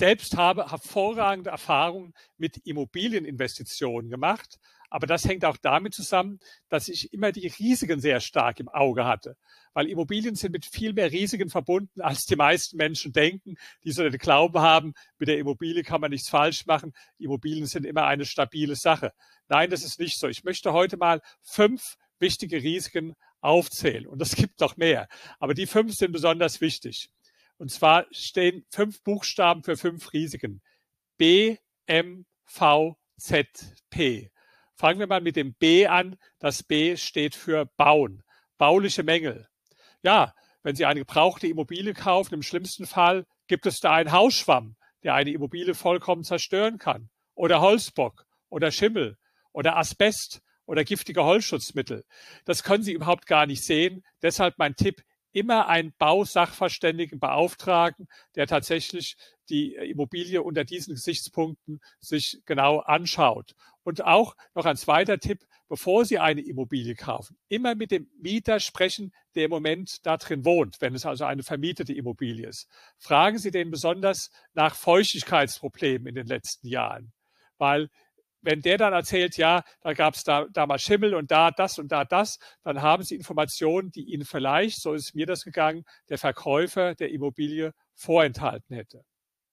selbst habe hervorragende Erfahrungen mit Immobilieninvestitionen gemacht. Aber das hängt auch damit zusammen, dass ich immer die Risiken sehr stark im Auge hatte. Weil Immobilien sind mit viel mehr Risiken verbunden, als die meisten Menschen denken, die so den Glauben haben, mit der Immobilie kann man nichts falsch machen. Immobilien sind immer eine stabile Sache. Nein, das ist nicht so. Ich möchte heute mal 5 wichtige Risiken aufzählen. Und es gibt noch mehr. Aber die 5 sind besonders wichtig. Und zwar stehen 5 Buchstaben für 5 Risiken. B, M, V, Z, P. Fangen wir mal mit dem B an. Das B steht für Bauen, bauliche Mängel. Ja, wenn Sie eine gebrauchte Immobilie kaufen, im schlimmsten Fall gibt es da einen Hausschwamm, der eine Immobilie vollkommen zerstören kann. Oder Holzbock oder Schimmel oder Asbest oder giftige Holzschutzmittel. Das können Sie überhaupt gar nicht sehen. Deshalb mein Tipp, immer einen Bausachverständigen beauftragen, der tatsächlich die Immobilie unter diesen Gesichtspunkten sich genau anschaut. Und auch noch ein zweiter Tipp, bevor Sie eine Immobilie kaufen, immer mit dem Mieter sprechen, der im Moment da drin wohnt, wenn es also eine vermietete Immobilie ist. Fragen Sie den besonders nach Feuchtigkeitsproblemen in den letzten Jahren, weil wenn der dann erzählt, ja, da gab es da mal Schimmel und da das und da das, dann haben Sie Informationen, die Ihnen vielleicht, so ist mir das gegangen, der Verkäufer der Immobilie vorenthalten hätte.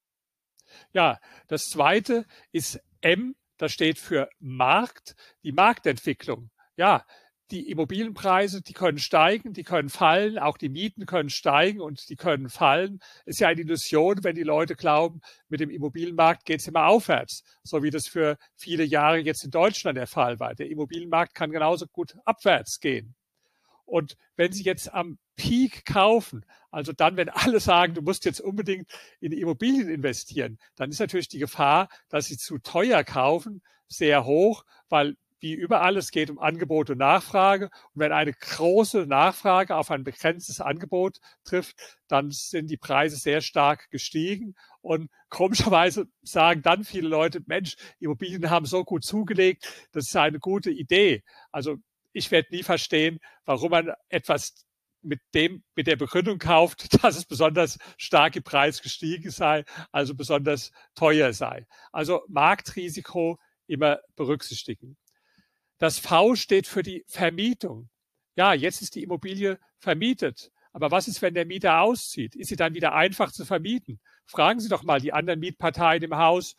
Ja, das zweite ist M, das steht für Markt, die Marktentwicklung. Ja, die Immobilienpreise, die können steigen, die können fallen, auch die Mieten können steigen und die können fallen. Ist ja eine Illusion, wenn die Leute glauben, mit dem Immobilienmarkt geht es immer aufwärts, so wie das für viele Jahre jetzt in Deutschland der Fall war. Der Immobilienmarkt kann genauso gut abwärts gehen. Und wenn Sie jetzt am Peak kaufen, also dann, wenn alle sagen, du musst jetzt unbedingt in Immobilien investieren, dann ist natürlich die Gefahr, dass Sie zu teuer kaufen, sehr hoch, weil wie überall, es geht um Angebot und Nachfrage. Und wenn eine große Nachfrage auf ein begrenztes Angebot trifft, dann sind die Preise sehr stark gestiegen. Und komischerweise sagen dann viele Leute, Mensch, Immobilien haben so gut zugelegt, das ist eine gute Idee. Also ich werde nie verstehen, warum man etwas mit der Begründung kauft, dass es besonders stark im Preis gestiegen sei, also besonders teuer sei. Also Marktrisiko immer berücksichtigen. Das V steht für die Vermietung. Ja, jetzt ist die Immobilie vermietet. Aber was ist, wenn der Mieter auszieht? Ist sie dann wieder einfach zu vermieten? Fragen Sie doch mal die anderen Mietparteien im Haus.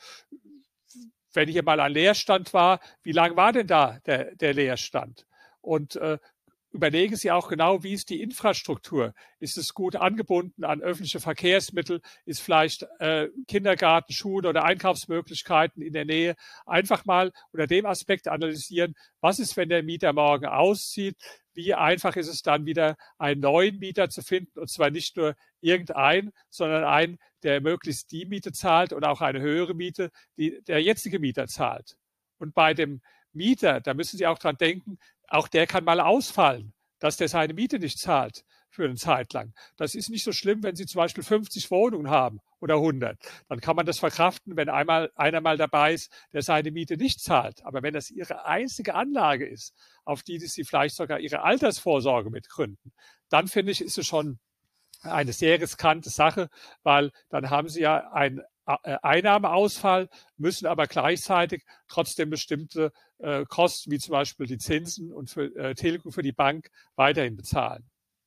Wenn hier mal ein Leerstand war, wie lang war denn da der Leerstand? Und überlegen Sie auch genau, wie ist die Infrastruktur? Ist es gut angebunden an öffentliche Verkehrsmittel? Ist vielleicht Kindergarten, Schule oder Einkaufsmöglichkeiten in der Nähe? Einfach mal unter dem Aspekt analysieren, was ist, wenn der Mieter morgen auszieht? Wie einfach ist es dann wieder, einen neuen Mieter zu finden? Und zwar nicht nur irgendeinen, sondern einen, der möglichst die Miete zahlt oder auch eine höhere Miete, die der jetzige Mieter zahlt. Und bei dem Mieter, da müssen Sie auch dran denken, auch der kann mal ausfallen, dass der seine Miete nicht zahlt für eine Zeit lang. Das ist nicht so schlimm, wenn Sie zum Beispiel 50 Wohnungen haben oder 100. Dann kann man das verkraften, wenn einer mal dabei ist, der seine Miete nicht zahlt. Aber wenn das Ihre einzige Anlage ist, auf die Sie vielleicht sogar Ihre Altersvorsorge mitgründen, dann finde ich, ist es schon eine sehr riskante Sache, weil dann haben Sie ja einen Einnahmeausfall, müssen aber gleichzeitig trotzdem bestimmte Kosten, wie zum Beispiel die Zinsen und Tilgung für die Bank, weiterhin bezahlen.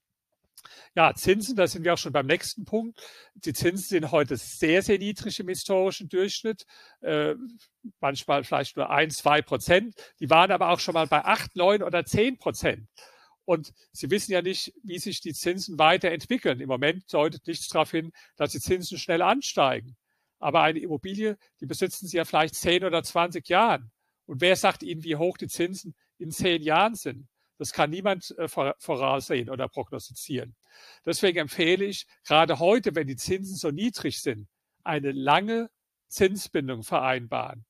Ja, Zinsen, da sind wir auch schon beim nächsten Punkt. Die Zinsen sind heute sehr, sehr niedrig im historischen Durchschnitt, manchmal vielleicht nur 1-2%. Die waren aber auch schon mal bei 8, 9 oder 10%. Und Sie wissen ja nicht, wie sich die Zinsen weiterentwickeln. Im Moment deutet nichts darauf hin, dass die Zinsen schnell ansteigen. Aber eine Immobilie, die besitzen Sie ja vielleicht 10 oder 20 Jahren. Und wer sagt Ihnen, wie hoch die Zinsen in 10 Jahren sind? Das kann niemand voraussehen oder prognostizieren. Deswegen empfehle ich, gerade heute, wenn die Zinsen so niedrig sind, eine lange Zinsbindung vereinbaren.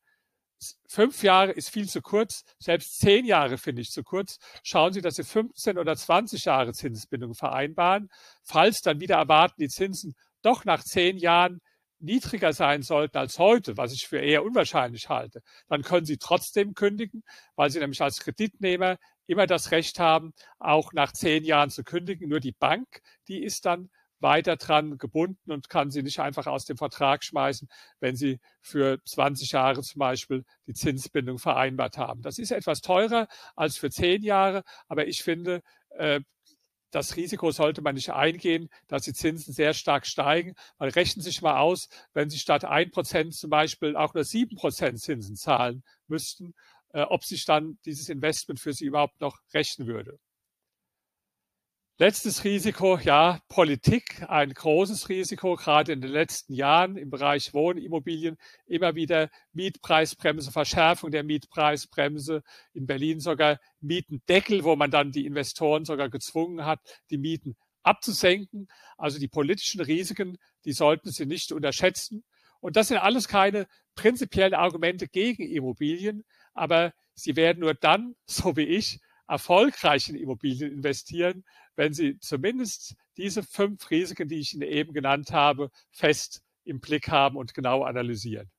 5 Jahre ist viel zu kurz, selbst 10 Jahre finde ich zu kurz. Schauen Sie, dass Sie 15 oder 20 Jahre Zinsbindung vereinbaren. Falls dann wieder erwarten, die Zinsen doch nach 10 Jahren niedriger sein sollten als heute, was ich für eher unwahrscheinlich halte, dann können Sie trotzdem kündigen, weil Sie nämlich als Kreditnehmer immer das Recht haben, auch nach 10 Jahren zu kündigen. Nur die Bank, die ist dann weiter dran gebunden und kann sie nicht einfach aus dem Vertrag schmeißen, wenn sie für 20 Jahre zum Beispiel die Zinsbindung vereinbart haben. Das ist etwas teurer als für 10 Jahre, aber ich finde, das Risiko sollte man nicht eingehen, dass die Zinsen sehr stark steigen. Man rechnet sich mal aus, wenn Sie statt 1% zum Beispiel auch nur 7% Zinsen zahlen müssten, ob sich dann dieses Investment für Sie überhaupt noch rechnen würde. Letztes Risiko, ja, Politik, ein großes Risiko, gerade in den letzten Jahren im Bereich Wohnimmobilien, immer wieder Mietpreisbremse, Verschärfung der Mietpreisbremse, in Berlin sogar Mietendeckel, wo man dann die Investoren sogar gezwungen hat, die Mieten abzusenken. Also die politischen Risiken, die sollten Sie nicht unterschätzen. Und das sind alles keine prinzipiellen Argumente gegen Immobilien, aber sie werden nur dann, so wie ich, erfolgreich in Immobilien investieren, wenn Sie zumindest diese 5 Risiken, die ich Ihnen eben genannt habe, fest im Blick haben und genau analysieren.